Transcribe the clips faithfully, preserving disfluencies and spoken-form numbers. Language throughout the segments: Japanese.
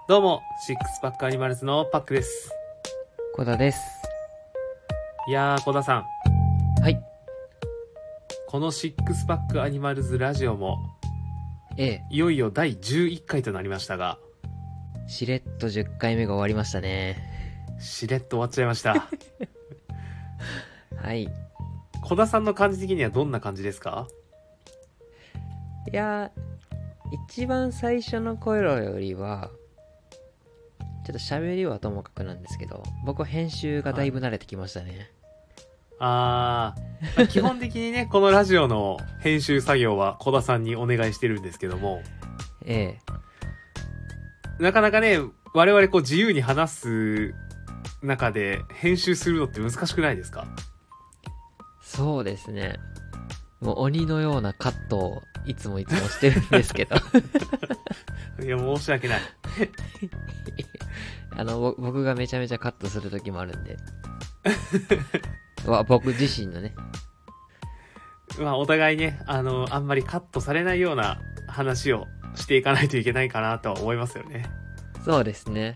どうも、シックスパックアニマルズのパックです。 小田です。 いやー、小田さん。 はい。 このシックスパックアニマルズラジオも、 ええ。 いよいよだいじゅういっかいとなりましたが、 しれっとじゅっかいめが終わりましたね。 しれっと終わっちゃいました。 はい。 小田さんの感じ的にはどんな感じですか？ いやー、一番最初の頃よりは、ちょっと喋りはともかくなんですけど、僕は編集がだいぶ慣れてきましたね。 あー、まあ、基本的にね、このラジオの編集作業は小田さんにお願いしてるんですけども、 えなかなかね、我々こう自由に話す中で編集するのって難しくないですか？ そうですね。もう鬼のようなカットをいつもいつもしてるんですけど。 いや、申し訳ない。 あの、僕がめちゃめちゃカットする時もあるんで。わ僕自身のね。 まあ、お互いね、あの、あんまりカットされないような話をしていかないといけないかなとは思いますよね。 そうですね。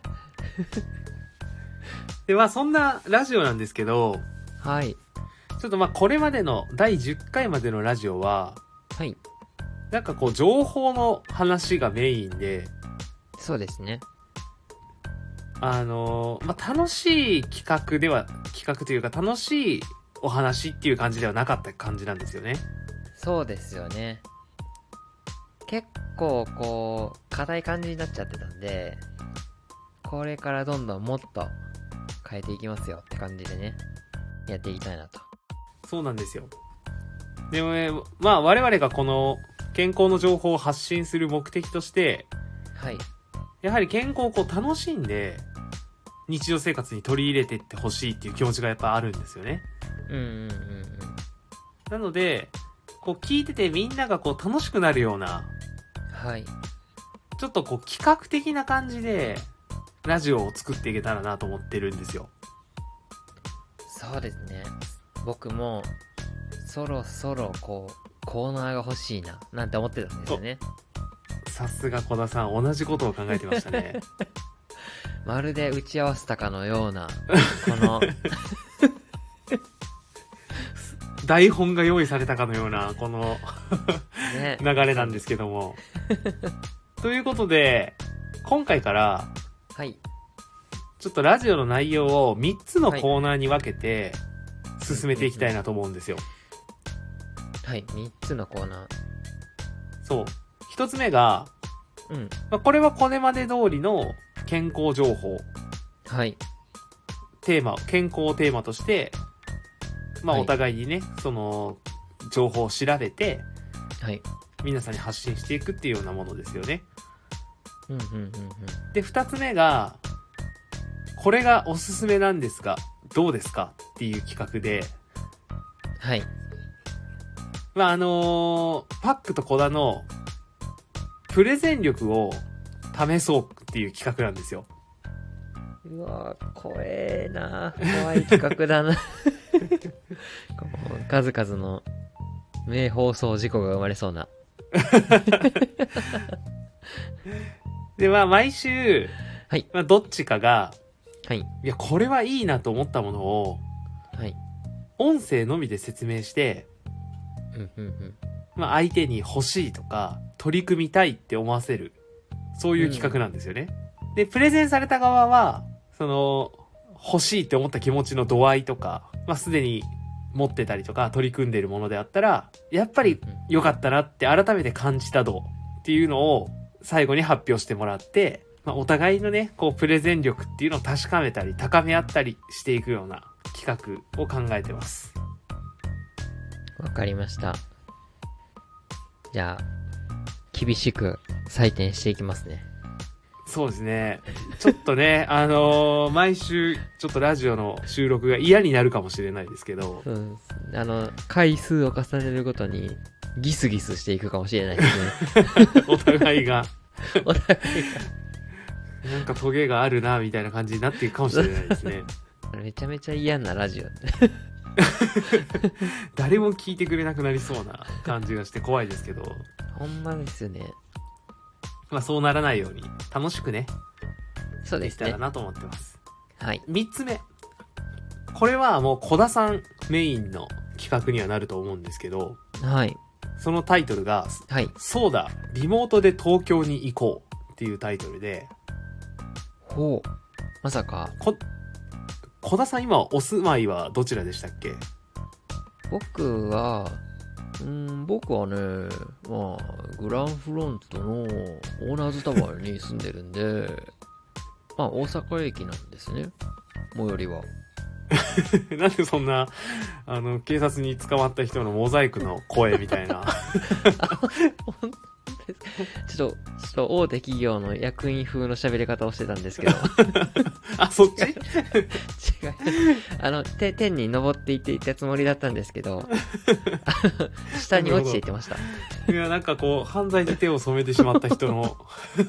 で、まあ、そんなラジオなんですけど、 はい。 ちょっとまあ、これまでのだいじゅっかいまでのラジオは、 はい。 なんかこう、情報の話がメインで、 そうですね。 あの、まあ、楽しい企画では、企画というか楽しいお話っていう感じではなかった感じなんですよね。 そうですよね。結構こう硬い感じになっちゃってたんで、これからどんどんもっと変えていきますよって感じでね、やっていきたいなと。 そうなんですよ。でもね、まあ我々がこの健康の情報を発信する目的として、 はい。 やはり健康をこう楽しんで日常生活に取り入れていってほしいっていう気持ちがやっぱあるんですよね。 うんうんうんうん。 なので、こう聞いててみんながこう楽しくなるような、 はい。 ちょっとこう企画的な感じでラジオを作っていけたらなと思ってるんですよ。 そうですね。僕もそろそろこうコーナーが欲しいななんて思ってたんですよね。 さすが小田さん、同じことを考えてましたね。 まるで打ち合わせたかのようなこの台本が用意されたかのようなこのね、 流れなんですけども。ということで、今回からはい。 ちょっとラジオの内容をみっつのコーナーに分けて進めていきたいなと思うんですよ。 はい、みっつのコーナー。 そう。ひとつめが、 うん。 まあ、これはこれまで通りの健康情報。 はい。 テーマ、健康をテーマとして、まあはいお互いにね、その、情報を調べて、 はい。 皆さんに発信していくっていうようなものですよね。 うんうんうんうん。 で、二つ目が、これがおすすめなんですが、どうですかっていう企画で、 はい。 まあ、あのー、パックと小田の、プレゼン力を試そうっていう企画なんですよ。 うわー、怖えなー。怖い企画だな。こう数々の名放送事故が生まれそうな。 で、まあ、毎週、 はい。 まあ、どっちかが、 はい。 いや、これはいいなと思ったものを、 はい。 音声のみで説明して、 うんうんうん。 まあ、相手に欲しいとか、取り組みたいって思わせる、そういう企画なんですよね。うん、で、プレゼンされた側は、その、欲しいって思った気持ちの度合いとか、まあ、すでに持ってたりとか、取り組んでいるものであったら、やっぱり良かったなって改めて感じた度っていうのを最後に発表してもらって、まあ、お互いのね、こう、プレゼン力っていうのを確かめたり、高め合ったりしていくような企画を考えてます。 わかりました。じゃあ、厳しく採点していきますね。 そうですね。ちょっとね、あのー、毎週、ちょっとラジオの収録が嫌になるかもしれないですけど。 うん。あの、回数を重ねるごとに、ギスギスしていくかもしれないですね。お互いが。 お互いが。なんかトゲがあるな、みたいな感じになっていくかもしれないですね。 めちゃめちゃ嫌なラジオ。 誰も聞いてくれなくなりそうな感じがして怖いですけど。 ほんまですよね。 まあそうならないように楽しくね、 そうですねできたら。なと思ってます。 はい。 みっつめ。これはもう小田さんメインの企画にはなると思うんですけど、 はい。 そのタイトルが、 はい。 そうだ、リモートで東京に行こうっていうタイトルで、 ほう。まさか、 こ、小田さん今お住まいはどちらでしたっけ？ 僕は、うーん、僕はね、まあ、グランフロントのオーナーズタワーに住んでるんで、まあ、大阪駅なんですね。最寄りは。 なんでそんな、あの、警察に捕まった人のモザイクの声みたいな。 本当ですちょっと、ちょっと大手企業の役員風の喋り方をしてたんですけど。 あ、そっち？ 違う。あの、て、天に登っていっていたつもりだったんですけど、下に落ちていってました。 いや、なんかこう、犯罪に手を染めてしまった人の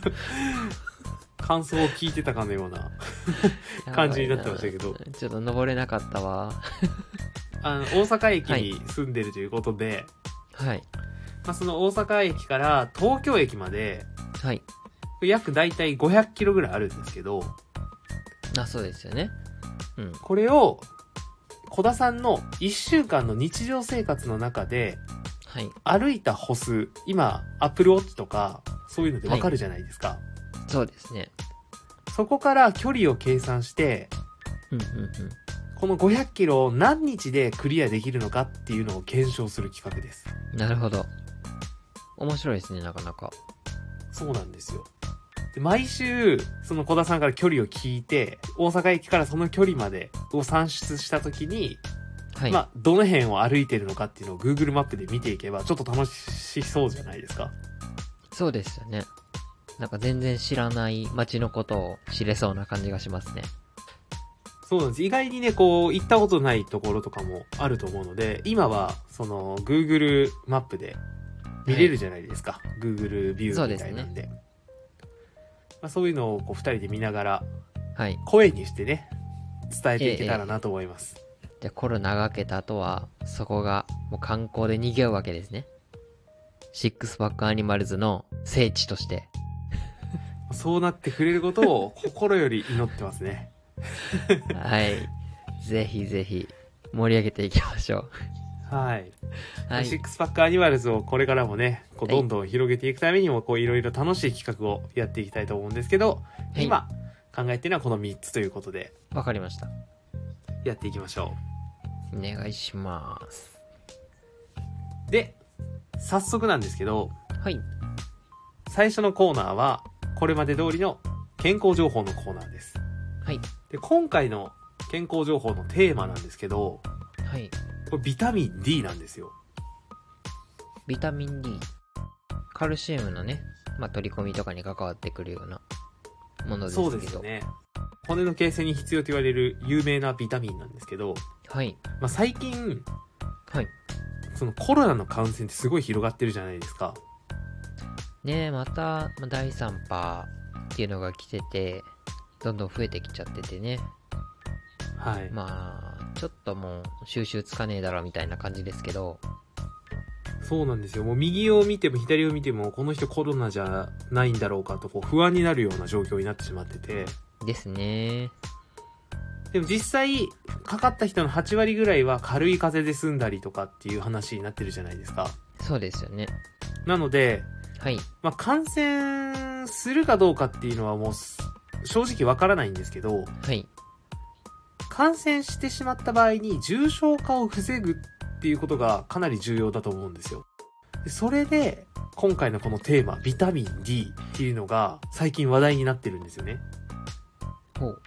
感想を聞いてたかのような感じになってましたけど。 ちょっと登れなかったわ。 あの、大阪駅に住んでるということで、 はい。 まあ、その大阪駅から東京駅まで、 はい。 約だいたいごひゃくキロぐらいあるんですけど、 あ、そうですよね。うん。 これを、小田さんのいっしゅうかんの日常生活の中で、 はい。 歩いた歩数、今、Apple Watch とか、そういうのでわかるじゃないですか。 そうですね。 そこから距離を計算して、 うんうんうん。 このごひゃくキロを何日でクリアできるのかっていうのを検証する企画です。 なるほど。面白いですね、なかなか。 そうなんですよ。で毎週、その小田さんから距離を聞いて、大阪駅からその距離までを算出したときに、 はい。 まあ、どの辺を歩いてるのかっていうのを Google マップで見ていけば、ちょっと楽しそうじゃないですか。 そうですよね。なんか全然知らない街のことを知れそうな感じがしますね。 そうなんです。意外にね、こう、行ったことないところとかもあると思うので、今は、その、Google マップで見れるじゃないですか。はい、Google ビューみたいなんで。そうですね。まあ、そういうのをこう、二人で見ながら、 はい。 声にしてね、伝えていけたらなと思います。 ええええ、じゃあコロナが明けた後は、そこがもう観光で賑わうわけですね。シックスパックアニマルズの聖地として。 そうなってくれることを心より祈ってますね。 はい。ぜひぜひ盛り上げていきましょう。はい。 はい。 シックスパックアニマルズをこれからもね、こうどんどん広げていくためにも、こういろいろ楽しい企画をやっていきたいと思うんですけど、はい、今考えてるのはこのみっつということで。 わかりました。 やっていきましょう。お願いします。 で、早速なんですけど、 はい。 最初のコーナーは、これまで通りの健康情報のコーナーです。 はい。 で、今回の健康情報のテーマなんですけど、 はい。 これビタミン D なんですよ。 ビタミン D。カルシウムのね、まあ、取り込みとかに関わってくるようなものですけど。 そうですよね。骨の形成に必要と言われる有名なビタミンなんですけど、 はい。 まあ、最近、 はい。 そのコロナの感染ってすごい広がってるじゃないですか。 ねえ、また、まあ、だいさん波っていうのが来てて、どんどん増えてきちゃっててね。 はい。 まあ、ちょっともう収集つかねえだろみたいな感じですけど。 そうなんですよ。もう右を見ても左を見ても、この人コロナじゃないんだろうかとこう不安になるような状況になってしまってて。 ですね。 でも実際、かかった人のはち割ぐらいは軽い風邪で済んだりとかっていう話になってるじゃないですか。 そうですよね。 なので、 はい。 まあ、感染するかどうかっていうのはもう正直わからないんですけど、 はい。 感染してしまった場合に重症化を防ぐっていうことがかなり重要だと思うんですよ。でそれで、今回のこのテーマ、ビタミン D っていうのが最近話題になってるんですよね。 ほう。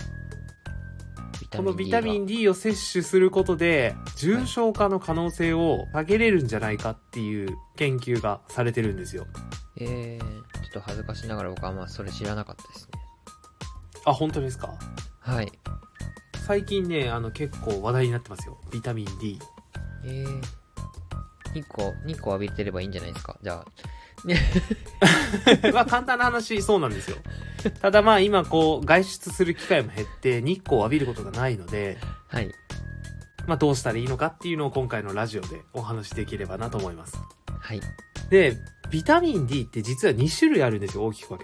このビタミン D を摂取することで、重症化の可能性を下げれるんじゃないかっていう研究がされてるんですよ。 えー、ちょっと恥ずかしながら僕はあんまそれ知らなかったですね。 あ、本当ですか？ はい。 最近ね、あの結構話題になってますよ。ビタミン D。 えー、日光、日光浴びてればいいんじゃないですか？じゃあ。 まあ簡単な話、そうなんですよ。ただまあ今こう外出する機会も減って日光を浴びることがないので、 はい。 まあどうしたらいいのかっていうのを今回のラジオでお話しできればなと思います。 はい。 で、ビタミン D って実はに種類あるんですよ、大きく分けて。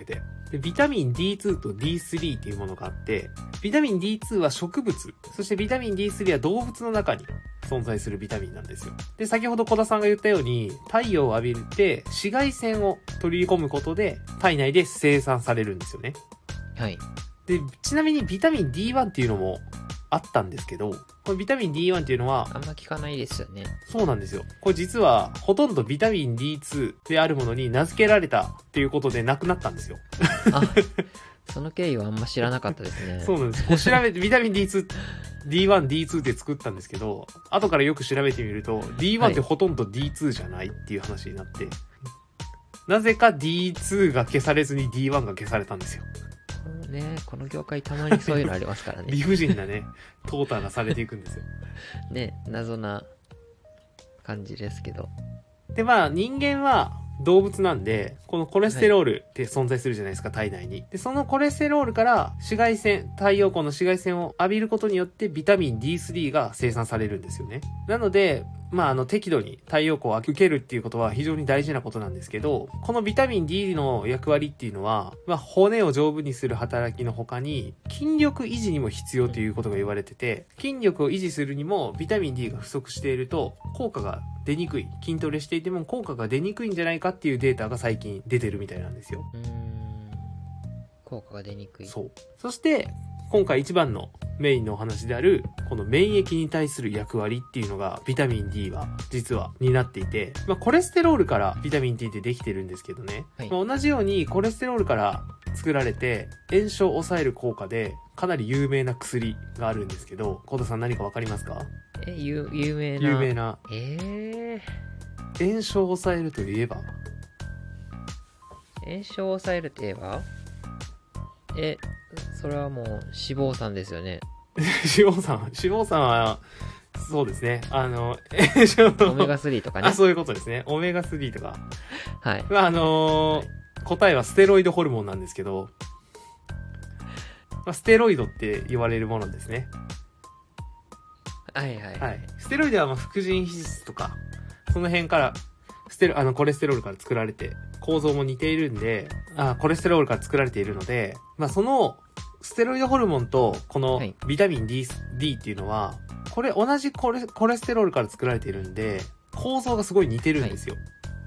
で、ビタミン ディーツー と ディースリー っていうものがあって、ビタミン ディーツー は植物、そしてビタミン ディースリー は動物の中に存在するビタミンなんですよ。で、先ほど小田さんが言ったように、太陽を浴びて紫外線を取り込むことで体内で生産されるんですよね。 はい。 で、ちなみにビタミン ディーワン っていうのもあったんですけど、これビタミン ディーワン っていうのは、 あんま聞かないですよね。 そうなんですよ。これ実は、ほとんどビタミン ディーツー であるものに名付けられたっていうことでなくなったんですよ。 あ、その経緯はあんま知らなかったですね。 そうなんです。こう調べて、ビタミン ディーツー、ディーワン、ディーツー って作ったんですけど、後からよく調べてみると、ディーワン ってほとんど ディーツー じゃないっていう話になって、はい、なぜか ディーツー が消されずに ディーワン が消されたんですよ。 ね、この業界たまにそういうのありますからね。 理不尽なね、淘汰がされていくんですよ。 ね、謎な感じですけど。 で、まあ人間は動物なんで、このコレステロールって存在するじゃないですか、体内に。で、そのコレステロールから紫外線、太陽光の紫外線を浴びることによってビタミン ディースリー が生産されるんですよね。なので、まああの適度に太陽光を受けるっていうことは非常に大事なことなんですけど、このビタミン D の役割っていうのは、まあ骨を丈夫にする働きの他に、筋力維持にも必要ということが言われてて、筋力を維持するにもビタミン D が不足していると効果が出にくい。筋トレしていても効果が出にくいんじゃないかっていうデータが最近出てるみたいなんですよ。 うーん。効果が出にくい。 そう。そして、今回一番のメインのお話である、この免疫に対する役割っていうのが、ビタミン D は実は担っていて、まあコレステロールからビタミン D ってできてるんですけどね。はい、まあ、同じようにコレステロールから作られて、炎症を抑える効果で、かなり有名な薬があるんですけど、小田さん何かわかりますか？ え、有、有名な。 有名な。 えー。炎症を抑えるといえば？ 炎症を抑えるといえば？え、それはもう脂肪酸ですよね。 脂肪酸脂肪酸は、そうですね。あの、 オメガスリーとかね。 あ、そういうことですね。オメガスリーとか。 はい。 まあ、あのーはい、答えはステロイドホルモンなんですけど、まあ、ステロイドって言われるものですね。 はいはい。 はい。ステロイドはまあ副腎皮質とか、その辺から、ステロ、あの、コレステロールから作られて、構造も似ているんで、あ、コレステロールから作られているので、まあその、ステロイドホルモンと、このビタミン D、D っていうのは、これ同じコレ、コレステロールから作られているんで、構造がすごい似てるんですよ。はい、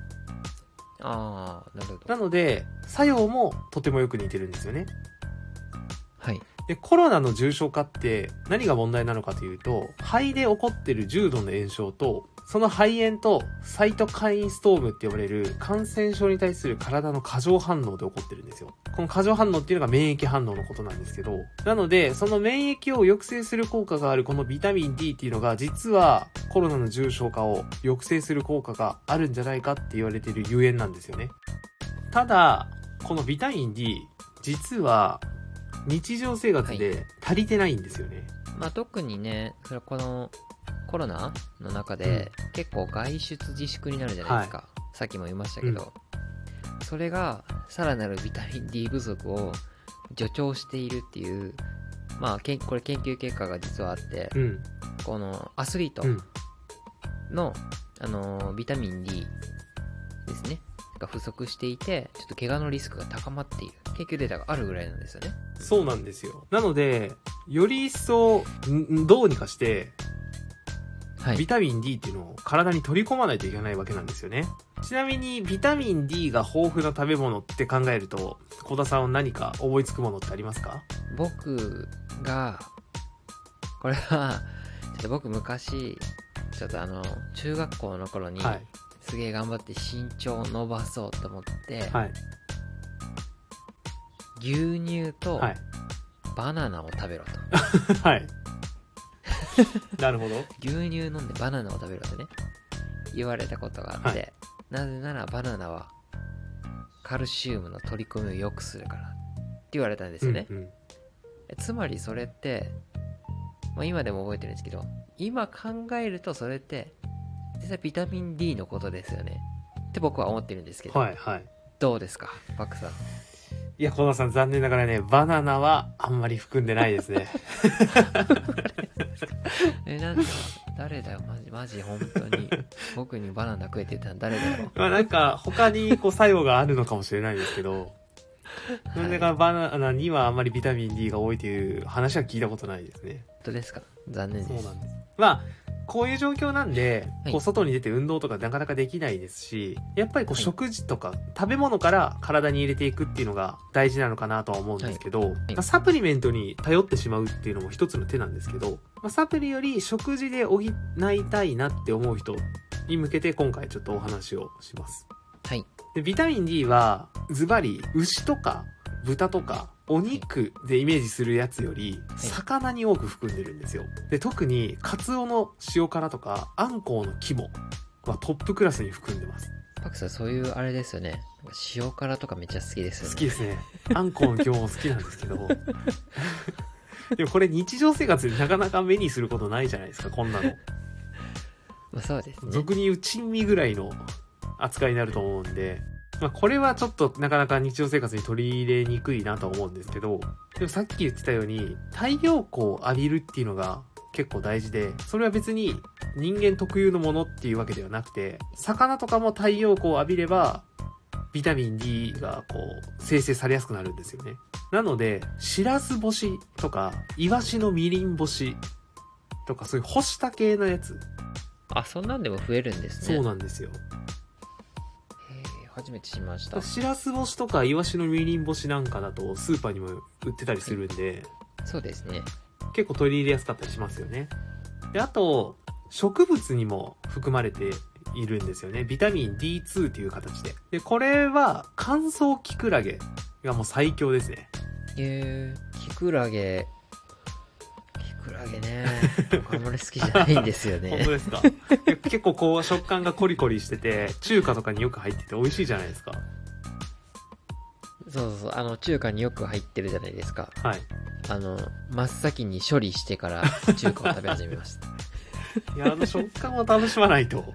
ああ、なるほど。 なので、作用もとてもよく似てるんですよね。 はい。 で、コロナの重症化って何が問題なのかというと、肺で起こってる重度の炎症と、その肺炎とサイトカインストームって呼ばれる感染症に対する体の過剰反応で起こってるんですよ。この過剰反応っていうのが免疫反応のことなんですけど、なので、その免疫を抑制する効果があるこのビタミン D っていうのが実はコロナの重症化を抑制する効果があるんじゃないかって言われているゆえんなんですよね。ただ、このビタミン D、実は日常生活で足りてないんですよね。 まあ特にね、それこのコロナの中で、うん、結構外出自粛になるじゃないですか。はい、さっきも言いましたけど、うん、それがさらなるビタミン D 不足を助長しているっていう、まあけんこれ研究結果が実はあって、うん、このアスリートの、うん、あのビタミン D ですねが不足していて、ちょっと怪我のリスクが高まっている研究データがあるぐらいなんですよね。 そうなんですよ。なのでより一層どうにかしてはい、ビタミン D っていうのを体に取り込まないといけないわけなんですよね。ちなみにビタミン D が豊富な食べ物って考えると、小田さんは何か思いつくものってありますか？ 僕が、これは、ちょっと僕昔、ちょっとあの、中学校の頃に、はい、すげえ頑張って身長を伸ばそうと思って、はい、牛乳とバナナを食べろと。はい。 なるほど。 牛乳飲んでバナナを食べろってね言われたことがあって、はい、なぜならバナナはカルシウムの取り込みを良くするからって言われたんですよね、うんうん、つまりそれって、まあ、今でも覚えてるんですけど、今考えるとそれって実際ビタミン D のことですよねって僕は思ってるんですけど、はいはい、どうですかパックさん？ いや、小田さん残念ながらね、バナナはあんまり含んでないですね。 え、なんか、誰だよ、マジ、マジ、本当に。僕にバナナ食えって言ったの誰だよ。 まあなんか、他にこう作用があるのかもしれないですけど、 なんでかバナナにはあんまりビタミン D が多いという話は聞いたことないですね。 本当ですか？残念です。 そうなんです。まあ、こういう状況なんで、 はい、 こう外に出て運動とかなかなかできないですし、やっぱりこう食事とか食べ物から体に入れていくっていうのが大事なのかなとは思うんですけど、はいはい、まあ、サプリメントに頼ってしまうっていうのも一つの手なんですけど、まあ、サプリより食事で補いたいなって思う人に向けて今回ちょっとお話をします。 はい。 で、ビタミン D はズバリ牛とか豚とかお肉でイメージするやつより魚に多く含んでるんですよ。で、特にカツオの塩辛とかアンコウの肝はトップクラスに含んでます。 パクさん、そういうあれですよね。塩辛とかめっちゃ好きですよね。 好きですね。アンコウの肝も好きなんですけどでもこれ日常生活でなかなか目にすることないじゃないですか、こんなの。 まあそうですね。 俗に言う珍味ぐらいの扱いになると思うんで、まあ、これはちょっとなかなか日常生活に取り入れにくいなと思うんですけど、でもさっき言ってたように太陽光を浴びるっていうのが結構大事で、それは別に人間特有のものっていうわけではなくて、魚とかも太陽光を浴びればビタミン D がこう生成されやすくなるんですよね。なのでしらす干しとかイワシのみりん干しとか、そういう干した系のやつ、 あ、そんなんでも増えるんですね。 そうなんですよ。 初めて知りました。 しらす干しとかイワシのみりん干しなんかだとスーパーにも売ってたりするんで、 そうですね。 結構取り入れやすかったりしますよね。で、あと植物にも含まれているんですよね。ビタミン ディーツー っていう形で。で、これは乾燥キクラゲがもう最強ですね。 へー、キクラゲキクラゲねあんまり好きじゃないんですよね。 本当ですか？結構こう食感がコリコリしてて、中華とかによく入ってて美味しいじゃないですか。 そうそうそう、あの中華によく入ってるじゃないですか。 はい。 あの真っ先に処理してから中華を食べ始めました。 いや、あの食感を楽しまないと。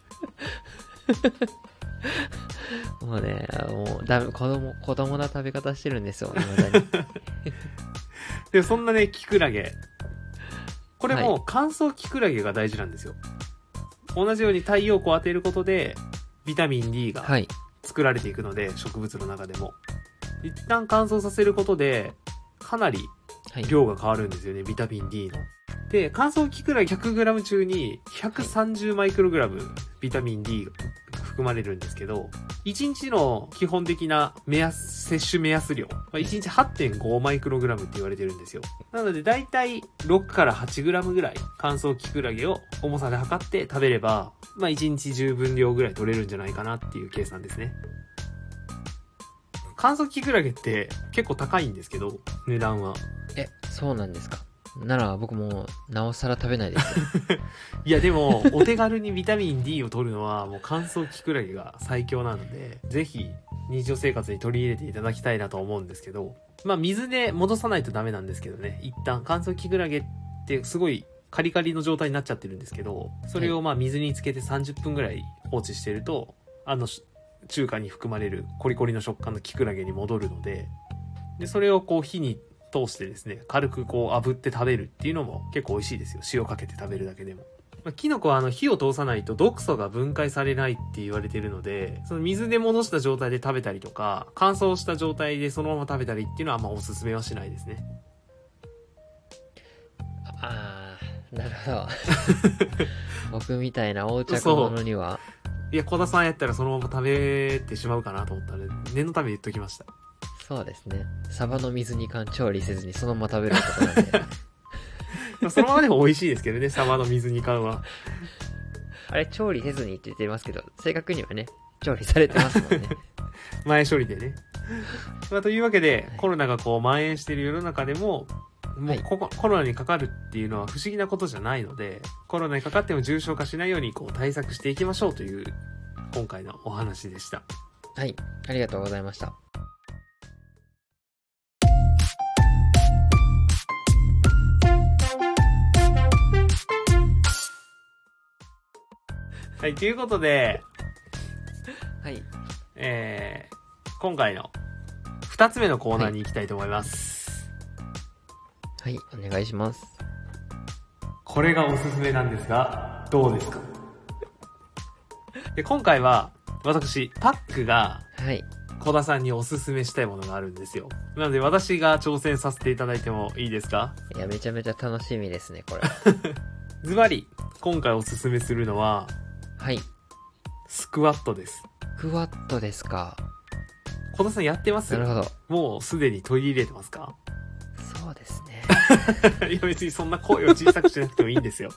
もうね、もうだめ、子供子供な食べ方してるんですよ、未だに。 で、そんなね、キクラゲ。これも乾燥キクラゲが大事なんですよ。同じように太陽光を当てることでビタミン D が作られていくので、はい、植物の中でも一旦乾燥させることでかなり量が変わるんですよね、はい、ビタミン D の。で、乾燥キクラゲ ひゃくグラム 中にひゃくさんじゅうマイクログラムビタミン D が含まれるんですけど、いちにちの基本的な目安、摂取目安量、まあ、いちにち はってんごマイクログラムって言われてるんですよ。なのでだいたいろくからはちグラムぐらい乾燥キクラゲを重さで測って食べれば、まあいちにちじゅうぶん量ぐらい取れるんじゃないかなっていう計算ですね。乾燥キクラゲって結構高いんですけど、値段は。 え、そうなんですか？なら僕もなおさら食べないですいやでもお手軽にビタミン D を取るのはもう乾燥キクラゲが最強なので、ぜひ日常生活に取り入れていただきたいなと思うんですけど、まあ水で戻さないとダメなんですけどね。一旦乾燥キクラゲってすごいカリカリの状態になっちゃってるんですけど、それをまあ水につけてさんじゅっぷんぐらい放置してると、あの中華に含まれるコリコリの食感のキクラゲに戻るので、でそれをこう火に通してですね、軽くこう炙って食べるっていうのも結構美味しいですよ。塩かけて食べるだけでも。まあ、キノコはあの火を通さないと毒素が分解されないって言われているので、その水で戻した状態で食べたりとか、乾燥した状態でそのまま食べたりっていうのはあんまおすすめはしないですね。 あー、なるほど。僕みたいな横着者には。 いや、小田さんやったらそのまま食べてしまうかなと思ったので、念のため言っときました。 そうですね。サバの水煮缶調理せずにそのまま食べることなんで。 そのままでも美味しいですけどね、サバの水煮缶は。 あれ、調理せずにって言ってますけど、正確にはね、調理されてますもんね。 前処理でね。まあ、というわけで、 はい、 コロナがこう蔓延している世の中でも、もうここ、はい、コロナにかかるっていうのは不思議なことじゃないので、コロナにかかっても重症化しないようにこう対策していきましょうという今回のお話でした。 はい、ありがとうございました。 はい、ということで、 はい、 えー、今回のふたつめのコーナーに行きたいと思います。 はい、はい、お願いします。 これがおすすめなんですが、どうですか？で、今回は私パックが小田さんにおすすめしたいものがあるんですよ。なので私が挑戦させていただいてもいいですか？ いや、めちゃめちゃ楽しみですね、これ。 ズバリ、今回おすすめするのは、 はい。 スクワットです。 クワットですか。 小田さんやってます？ なるほど。 もうすでに取り入れてますか？ そうですね。 いや別にそんな声を小さくしなくてもいいんですよ。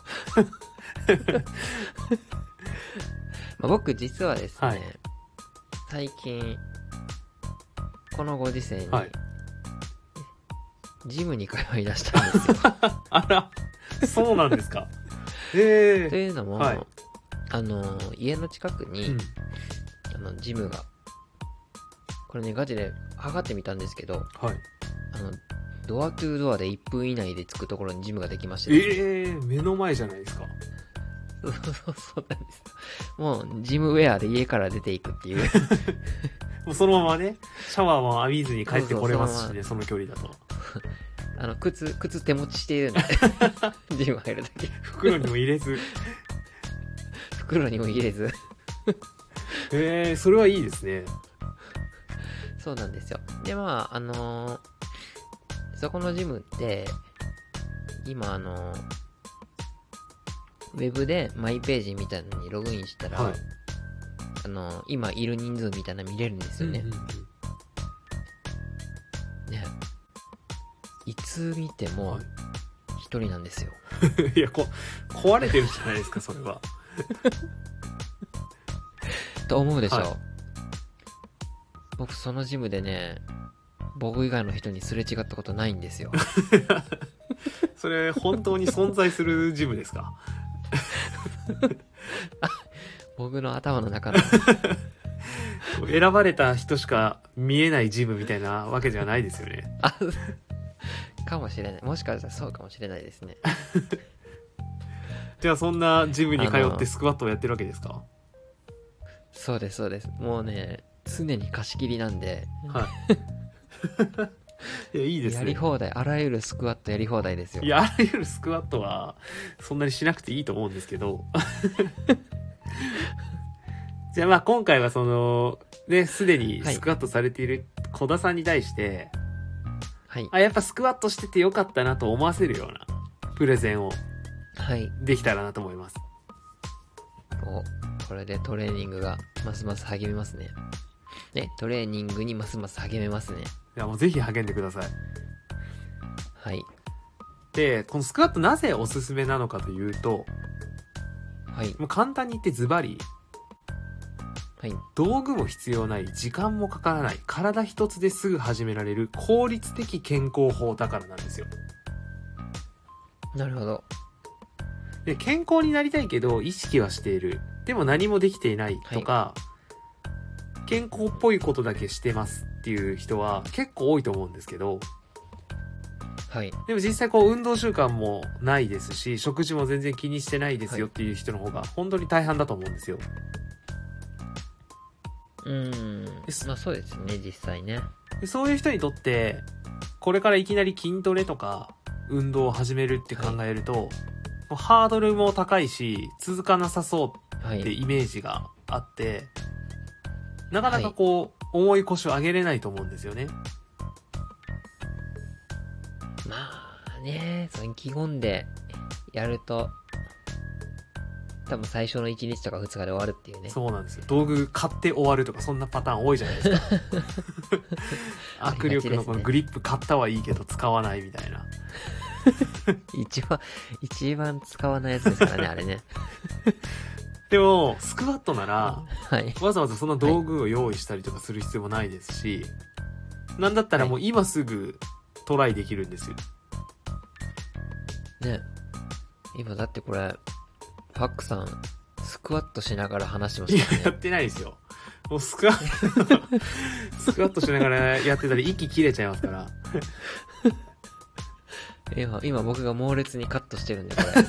まあ、僕実はですね、 はい、 最近、このご時世に、はい、ジムに通い出したんですよ。 あら、そうなんですか。へえ。というのも、 はい、 あの、家の近くに、うん、あの、ジムが、これね、ガチで測ってみたんですけど、 はい、あの、ドアトゥードアでいっぷん以内で着くところにジムができまして、 ね、ええー、目の前じゃないですか。 そうそうそうなんです。もう、ジムウェアで家から出ていくっていう。 もうそのままね、シャワーも浴びずに帰ってこれますしね、その距離だと。 あの、靴、靴手持ちしているんで、ジム入るだけ。 袋にも入れず。 袋にも入れず。 へえー、それはいいですね。 そうなんですよ。で、まあ、あのー、そこのジムって、今、あのー、ウェブでマイページみたいなのにログインしたら、はい、あのー、今いる人数みたいなの見れるんですよね。うんうんうん、ね、いつ見ても一人なんですよ。 いや、こ、壊れてるじゃないですか、それは。 と思うでしょ、はい、僕そのジムでね、僕以外の人にすれ違ったことないんですよ。 それ本当に存在するジムですか？ 僕の頭の中の選ばれた人しか見えないジムみたいなわけじゃないですよね。 あ、かもしれない。もしかしたらそうかもしれないですね。 じゃあそんなジムに通ってスクワットをやってるわけですか？ そうですそうです。もうね、常に貸し切りなんで、 はい。いや、いいですね。 やり放題、あらゆるスクワットやり放題ですよ。 いや、あらゆるスクワットはそんなにしなくていいと思うんですけど。じゃあまあ今回はそのね、すでにスクワットされている小田さんに対して、はい、あ、やっぱスクワットしててよかったなと思わせるようなプレゼンをできたらなと思います。 はい、お、これでトレーニングがますます励みますね。ね、トレーニングにますます励めますね。 いや、もうぜひ励んでください。 はい。 で、このスクワットなぜおすすめなのかというと、はい。もう簡単に言ってズバリ、はい。道具も必要ない、時間もかからない、体一つですぐ始められる効率的健康法だからなんですよ。 なるほど。 で、健康になりたいけど意識はしている。でも何もできていないとか、はい、健康っぽいことだけしてますっていう人は結構多いと思うんですけど、はい。でも実際こう運動習慣もないですし、食事も全然気にしてないですよっていう人の方が本当に大半だと思うんですよ。 うーん。まあそうですね、実際ね。 でそういう人にとって、これからいきなり筋トレとか運動を始めるって考えると、はい、ハードルも高いし、続かなさそうってイメージがあって、はい、なかなかこう、重い腰を上げれないと思うんですよね。 まあね、そう意気込んでやると、多分最初のいちにちとかふつかで終わるっていうね。 そうなんですよ。道具買って終わるとかそんなパターン多いじゃないですか。握力のこのグリップ買ったはいいけど使わないみたいな。 一番、一番使わないやつですからね、あれね。 でも、スクワットなら、 はい、 わざわざそんな道具を用意したりとかする必要もないですし、はい、なんだったらもう今すぐトライできるんですよ。 ね。今だってこれ、ファックさん、スクワットしながら話してましたね。 いや、やってないですよ。もうスクワット、スクワットしながらやってたら息切れちゃいますから。 今、今僕が猛烈にカットしてるんで、これ。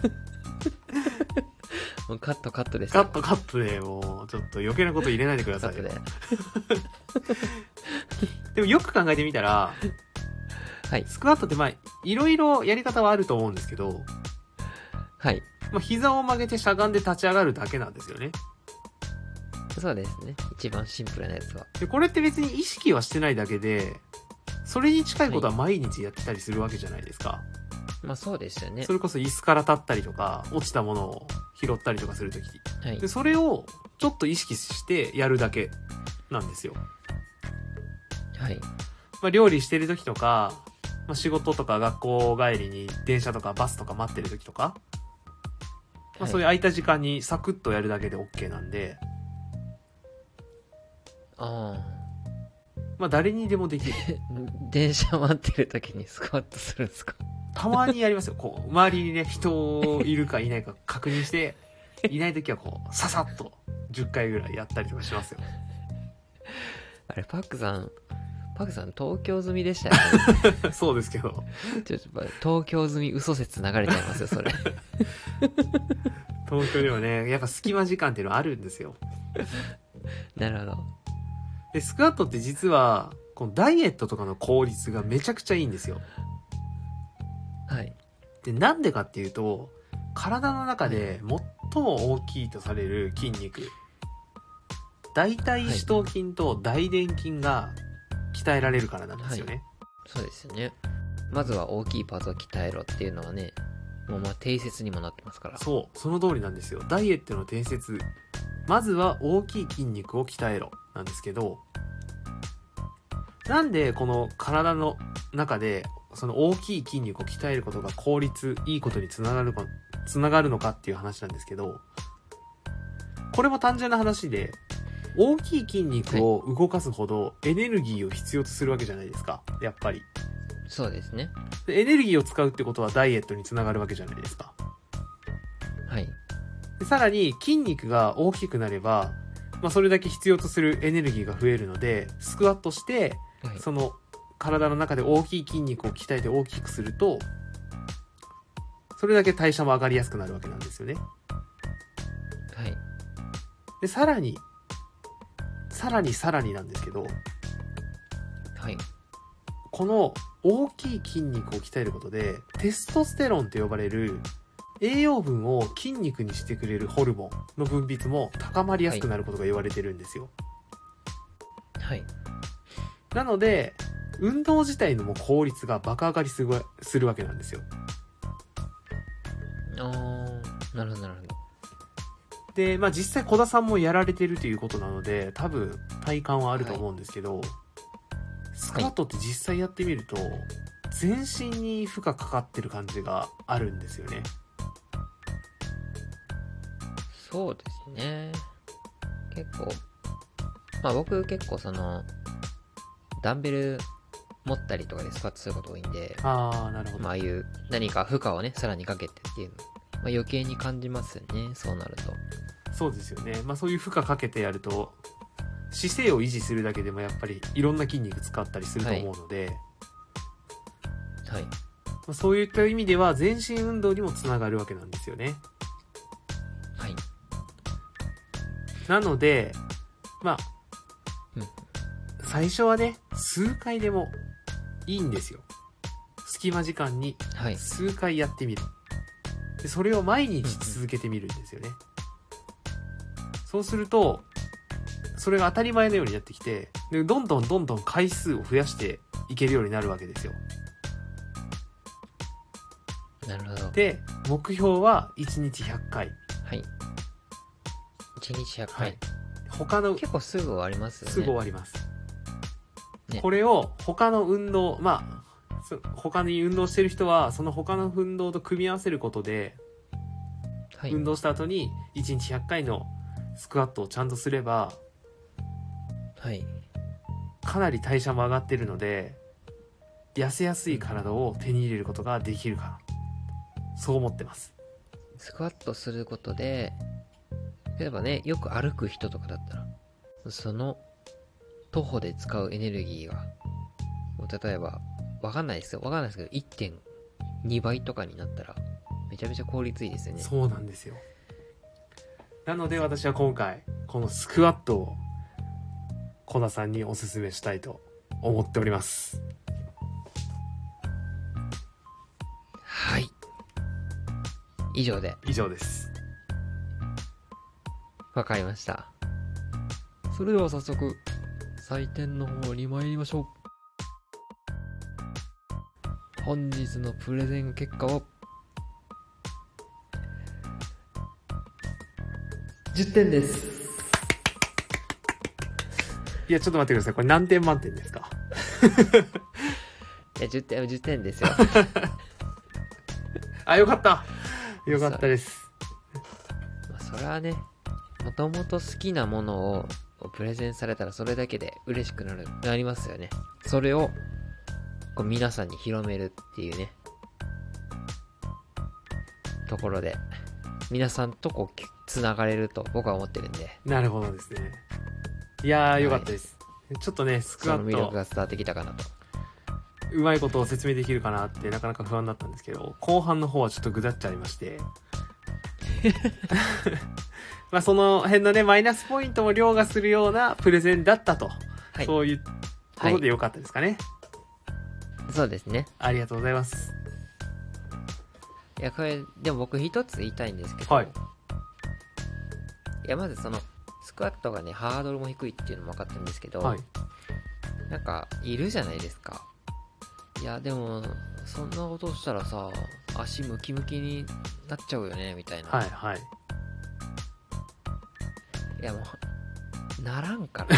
もうカットカットですよ。 カットカットで、もう、ちょっと余計なこと入れないでくださいよ。カットで。でもよく考えてみたら、はい。スクワットってまあ、いろいろやり方はあると思うんですけど、 はい。 まあ、膝を曲げてしゃがんで立ち上がるだけなんですよね。 そうですね。一番シンプルなやつは。 で、これって別に意識はしてないだけで、それに近いことは毎日やってたりするわけじゃないですか。 まあそうですよね。 それこそ椅子から立ったりとか、落ちたものを拾ったりとかするとき。 はいで、。それをちょっと意識してやるだけなんですよ。 はい。 まあ、料理してるときとか、まあ、仕事とか学校帰りに電車とかバスとか待ってるときとか、まあ、そういう空いた時間にサクッとやるだけで OK なんで、 あまあ誰にでもできる。 あ。電車待ってる時にスクワットするんですか？ たまにやりますよ。こう、周りにね、人いるかいないか確認して、いないときはこう、ささっとじゅっかいぐらいやったりとかしますよ。 あれ、パックさん、パックさん東京済みでしたよね。 そうですけど。 ちょっと東京済み嘘説流れちゃいますよ、それ。 東京ではね、やっぱ隙間時間っていうのはあるんですよ。 なるほど。 で、スクワットって実は、このダイエットとかの効率がめちゃくちゃいいんですよ。 はい。 で、なんでかっていうと、体の中で最も大きいとされる筋肉、大腿四頭筋と大臀筋が鍛えられるからなんですよね。 そうですよね。まずは大きいパーツを鍛えろっていうのはね、もうまあ定説にもなってますから。 そう、その通りなんですよ。ダイエットの定説。まずは大きい筋肉を鍛えろなんですけど、なんでこの体の中でその大きい筋肉を鍛えることが効率いいことにつながるか、つながるのかっていう話なんですけど、これも単純な話で、大きい筋肉を動かすほどエネルギーを必要とするわけじゃないですか、やっぱり。 そうですね。 でエネルギーを使うってことはダイエットにつながるわけじゃないですか。 はい。 でさらに筋肉が大きくなれば、まあ、それだけ必要とするエネルギーが増えるので、スクワットして、 はい。 その体の中で大きい筋肉を鍛えて大きくすると、それだけ代謝も上がりやすくなるわけなんですよね。 はい。 で、さらに、さらにさらになんですけど、 はい。 この大きい筋肉を鍛えることで、テストステロンと呼ばれる栄養分を筋肉にしてくれるホルモンの分泌も高まりやすくなることが言われてるんですよ。 はい。 なので、運動自体のもう効率が爆上がりするするわけなんですよ。 あー、なるほどなるほど。 で、まあ実際小田さんもやられてるということなので、多分体感はあると思うんですけど、スクワットって実際やってみると、全身に負荷かかってる感じがあるんですよね。 そうですね。結構、まあ僕結構その、ダンベル持ったりとかでスクワットすること多いんで、 ああ、なるほど。 まあああいう何か負荷をね、さらにかけてっていうの、まあ余計に感じますよね、そうなると。 そうですよね。まあそういう負荷かけてやると、姿勢を維持するだけでもやっぱりいろんな筋肉使ったりすると思うので、 はい。 まあ、そういった意味では全身運動にもつながるわけなんですよね。 はい。 なので、まあ、 うん最初はね、数回でもいいんですよ。隙間時間にはい。 数回やってみる。でそれを毎日続けてみるんですよね。そうすると、それが当たり前のようになってきて、でどんどんどんどん回数を増やしていけるようになるわけですよ。 なるほど。 で、目標はいちにちひゃっかい。 はい。いちにちひゃっかい。 はい他の、 結構すぐ終わりますよね。 すぐ終わります。 ねこれを他の運動、まあ、そ他に運動してる人は、その他の運動と組み合わせることで、 はい。 運動した後にいちにちひゃっかいのスクワットをちゃんとすれば、 はい。 かなり代謝も上がってるので、痩せやすい体を手に入れることができるかな。そう思ってます。 スクワットすることで、例えばね、よく歩く人とかだったら、その徒歩で使うエネルギーが、もう例えば、わかんないですよ。わかんないですけど、いってんにばいとかになったら、めちゃめちゃ効率いいですよね。 そうなんですよ。なので私は今回、このスクワットを、小田さんにおすすめしたいと思っております。 はい。以上で、 以上です。 わかりました。 それでは早速採点の方に参りましょう。本日のプレゼン結果はじゅってんです。 いや、ちょっと待ってください。これ何点満点ですか？ いや、じゅってん、じゅってんですよ。 あ、よかった。よかったです。 まあ、それはね、もともと好きなものをプレゼンされたらそれだけで嬉しくなる、なりますよね。それをこう皆さんに広めるっていうね、ところで、皆さんとこう、つながれると僕は思ってるんで。 なるほどですね。いやー、よかったです。はい、ちょっとね、スクワット。 その魅力が伝わってきたかなと。 うまいことを説明できるかなってなかなか不安だったんですけど、後半の方はちょっとぐだっちゃいまして。まあその辺のね、マイナスポイントも凌駕するようなプレゼンだったと。はい、そういうことでよかったですかね。 はい、そうですね。 ありがとうございます。 いや、これ、でも僕一つ言いたいんですけど。はい。いや、まずその、スクワットがね、ハードルも低いっていうのも分かってるんですけど、はい、なんか、いるじゃないですか。いや、でも、そんなことしたらさ、足ムキムキになっちゃうよね、みたいな。 はいはい。 いや、もう、ならんから。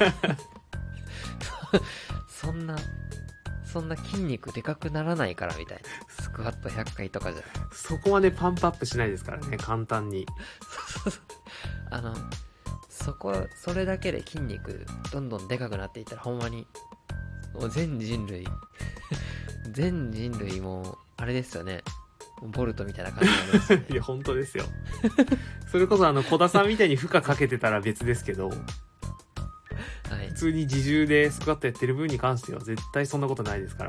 そんな、そんな筋肉でかくならないからみたいな。スクワットひゃっかいとかじゃ。 そこまでパンプアップしないですからね、簡単に。 あの、そこ、それだけで筋肉どんどんでかくなっていったらほんまに、もう全人類、全人類もう、あれですよね。ボルトみたいな感じなんですよね。 いや、本当ですよ。それこそあの、小田さんみたいに負荷かけてたら別ですけど、はい、普通に自重でスクワットやってる分に関しては絶対そんなことないですから。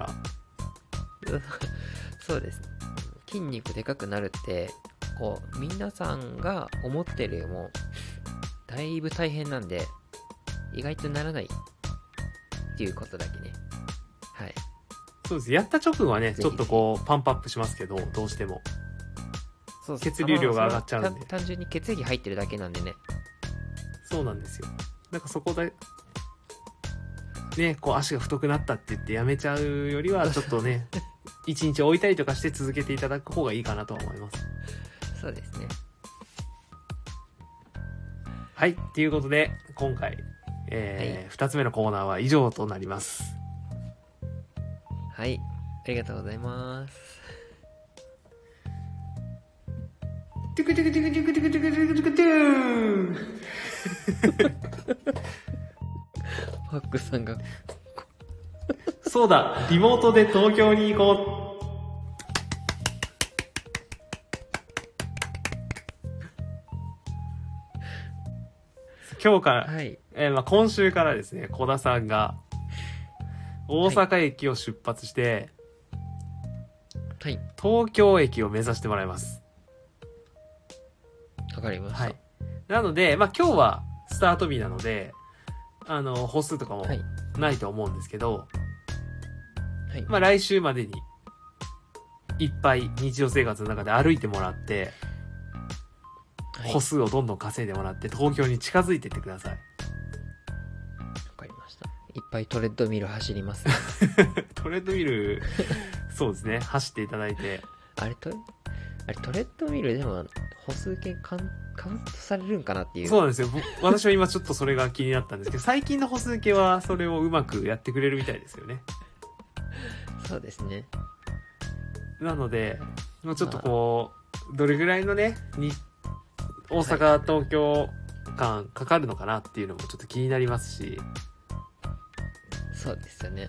そうです。筋肉でかくなるって、こう、皆さんが思ってるよりも、だいぶ大変なんで、意外とならないっていうことだけね。はい。 そうです。やった直後はね、ちょっとこう、パンプアップしますけど、どうしても。そうそう。血流量が上がっちゃうんで。 単純に血液入ってるだけなんでね。 そうなんですよ。なんかそこで、ね、こう足が太くなったって言ってやめちゃうよりは、ちょっとね、一日置いたりとかして続けていただく方がいいかなとは思います。 そうですね。 はい。っていうことで、今回、えー、はい、二つ目のコーナーは以上となります。 はい。ありがとうございます。 トゥクトゥクトゥクトゥクトゥクトゥクトゥクトゥクトゥファックさんがそうだ、リモートで東京に行こう。今日から、はい、えー、まあ今週からですね、小田さんが大阪駅を出発して、 はい、 東京駅を目指してもらいます。 わかりました。はい、 なので、まあ今日はスタート日なので、あの歩数とかもないと思うんですけど、はい、まあ来週までにいっぱい日常生活の中で歩いてもらって、はい、歩数をどんどん稼いでもらって東京に近づいていってください。わかりました。いっぱいトレッドミル走ります、 ね、トレッドミルそうですね、走っていただいて。 あれトレあれトレッドミルでも歩数計カウンカウントされるんかなっていう。 そうなんですよ。私は今ちょっとそれが気になったんですけど、最近の歩数計はそれをうまくやってくれるみたいですよね。 そうですね。 なので、もうちょっとこう、どれぐらいのね、に大阪、東京間かかるのかなっていうのもちょっと気になりますし。 そうですよね。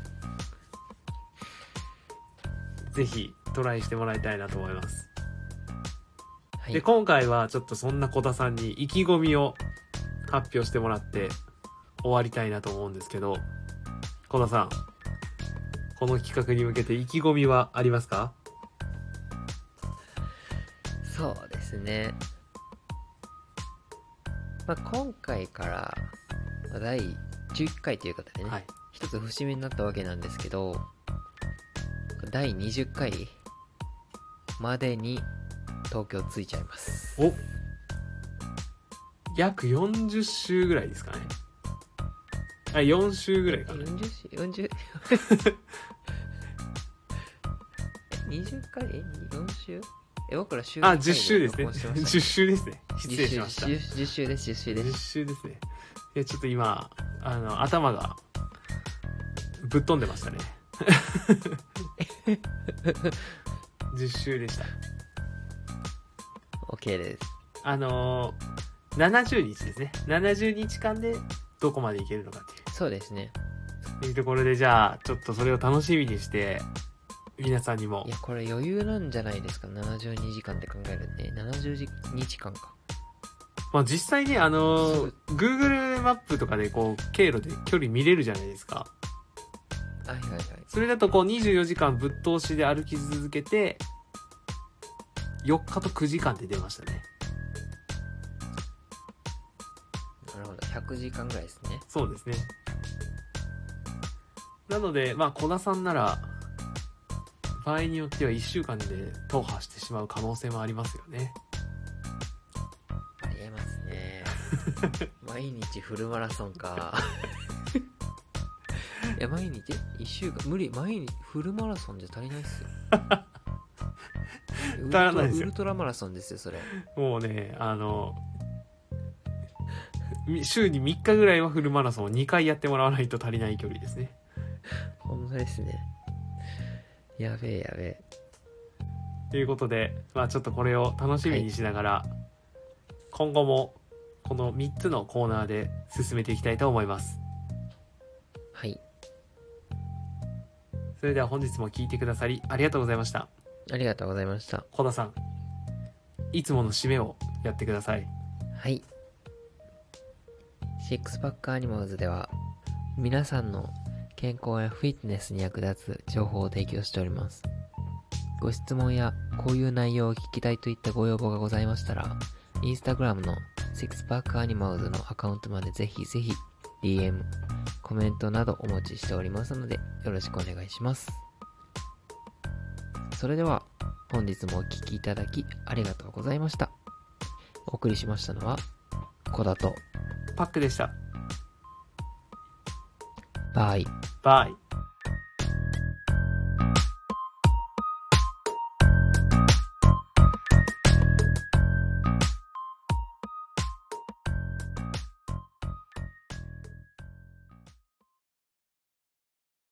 ぜひトライしてもらいたいなと思います。はい、で、今回はちょっとそんな小田さんに意気込みを発表してもらって終わりたいなと思うんですけど、小田さん、この企画に向けて意気込みはありますか？ そうですね。まあ、今回からだいじゅういっかいということでね、はい、一つ節目になったわけなんですけど、だいにじゅっかいまでに東京着いちゃいます。 お、約よんじゅっしゅうぐらいですかね。 あ、よん週ぐらいかな。 よんじゅう週 ?よんじゅう? え、にじゅっかいえ、よん週え、僕ら週あ、じゅっ週ですね。 録音してましたじゅっ週ですね。失礼しました。 じゅっ週です、じゅっ週でじゅっす。 週ですね。いや、ちょっと今、あの、頭が、ぶっ飛んでましたね。じゅっ週でした。 OK です。 あのー、ななじゅうにちですね。ななじゅうにちかんでどこまでいけるのかっていう。 そうですね。 というところで、じゃあ、ちょっとそれを楽しみにして、皆さんにもい。や、これ余裕なんじゃないですか。ななじゅうにじかんって考えるんで。ななじゅうにちかんか。 まあ実際ね、あのー、Google マップとかでこう、経路で距離見れるじゃないですか。 はいはいはい。 それだとこう、にじゅうよじかんぶっ通しで歩き続けて、よっかとくじかんって出ましたね。 なるほど。ひゃくじかんぐらいですね。 そうですね。なので、まあ、小田さんなら、場合によってはいっしゅうかんで踏破してしまう可能性もありますよね。 ありえますね。毎日フルマラソンか。いや、毎日いっしゅうかん無理。毎日フルマラソンじゃ足りないっすよ。 足らないですよ。 ウルトラマラソンですよ、それ。 もうね、あの、週にみっかぐらいはフルマラソンをにかいやってもらわないと足りない距離ですね。 本当ですね。やべえやべえ。 ということで、まあちょっとこれを楽しみにしながら、はい、今後もこのみっつのコーナーで進めていきたいと思います。 はい。 それでは本日も聞いてくださりありがとうございました。 ありがとうございました。 小田さん、いつもの締めをやってください。 はい。シックスパックアニマルズでは皆さんの健康やフィットネスに役立つ情報を提供しております。ご質問やこういう内容を聞きたいといったご要望がございましたら、インスタグラムのシックスパックアニマルズのアカウントまでぜひぜひ ディーエム、コメントなどお待ちしておりますのでよろしくお願いします。それでは本日もお聞きいただきありがとうございました。お送りしましたのは小田とパックでした。 バイ。 バイ。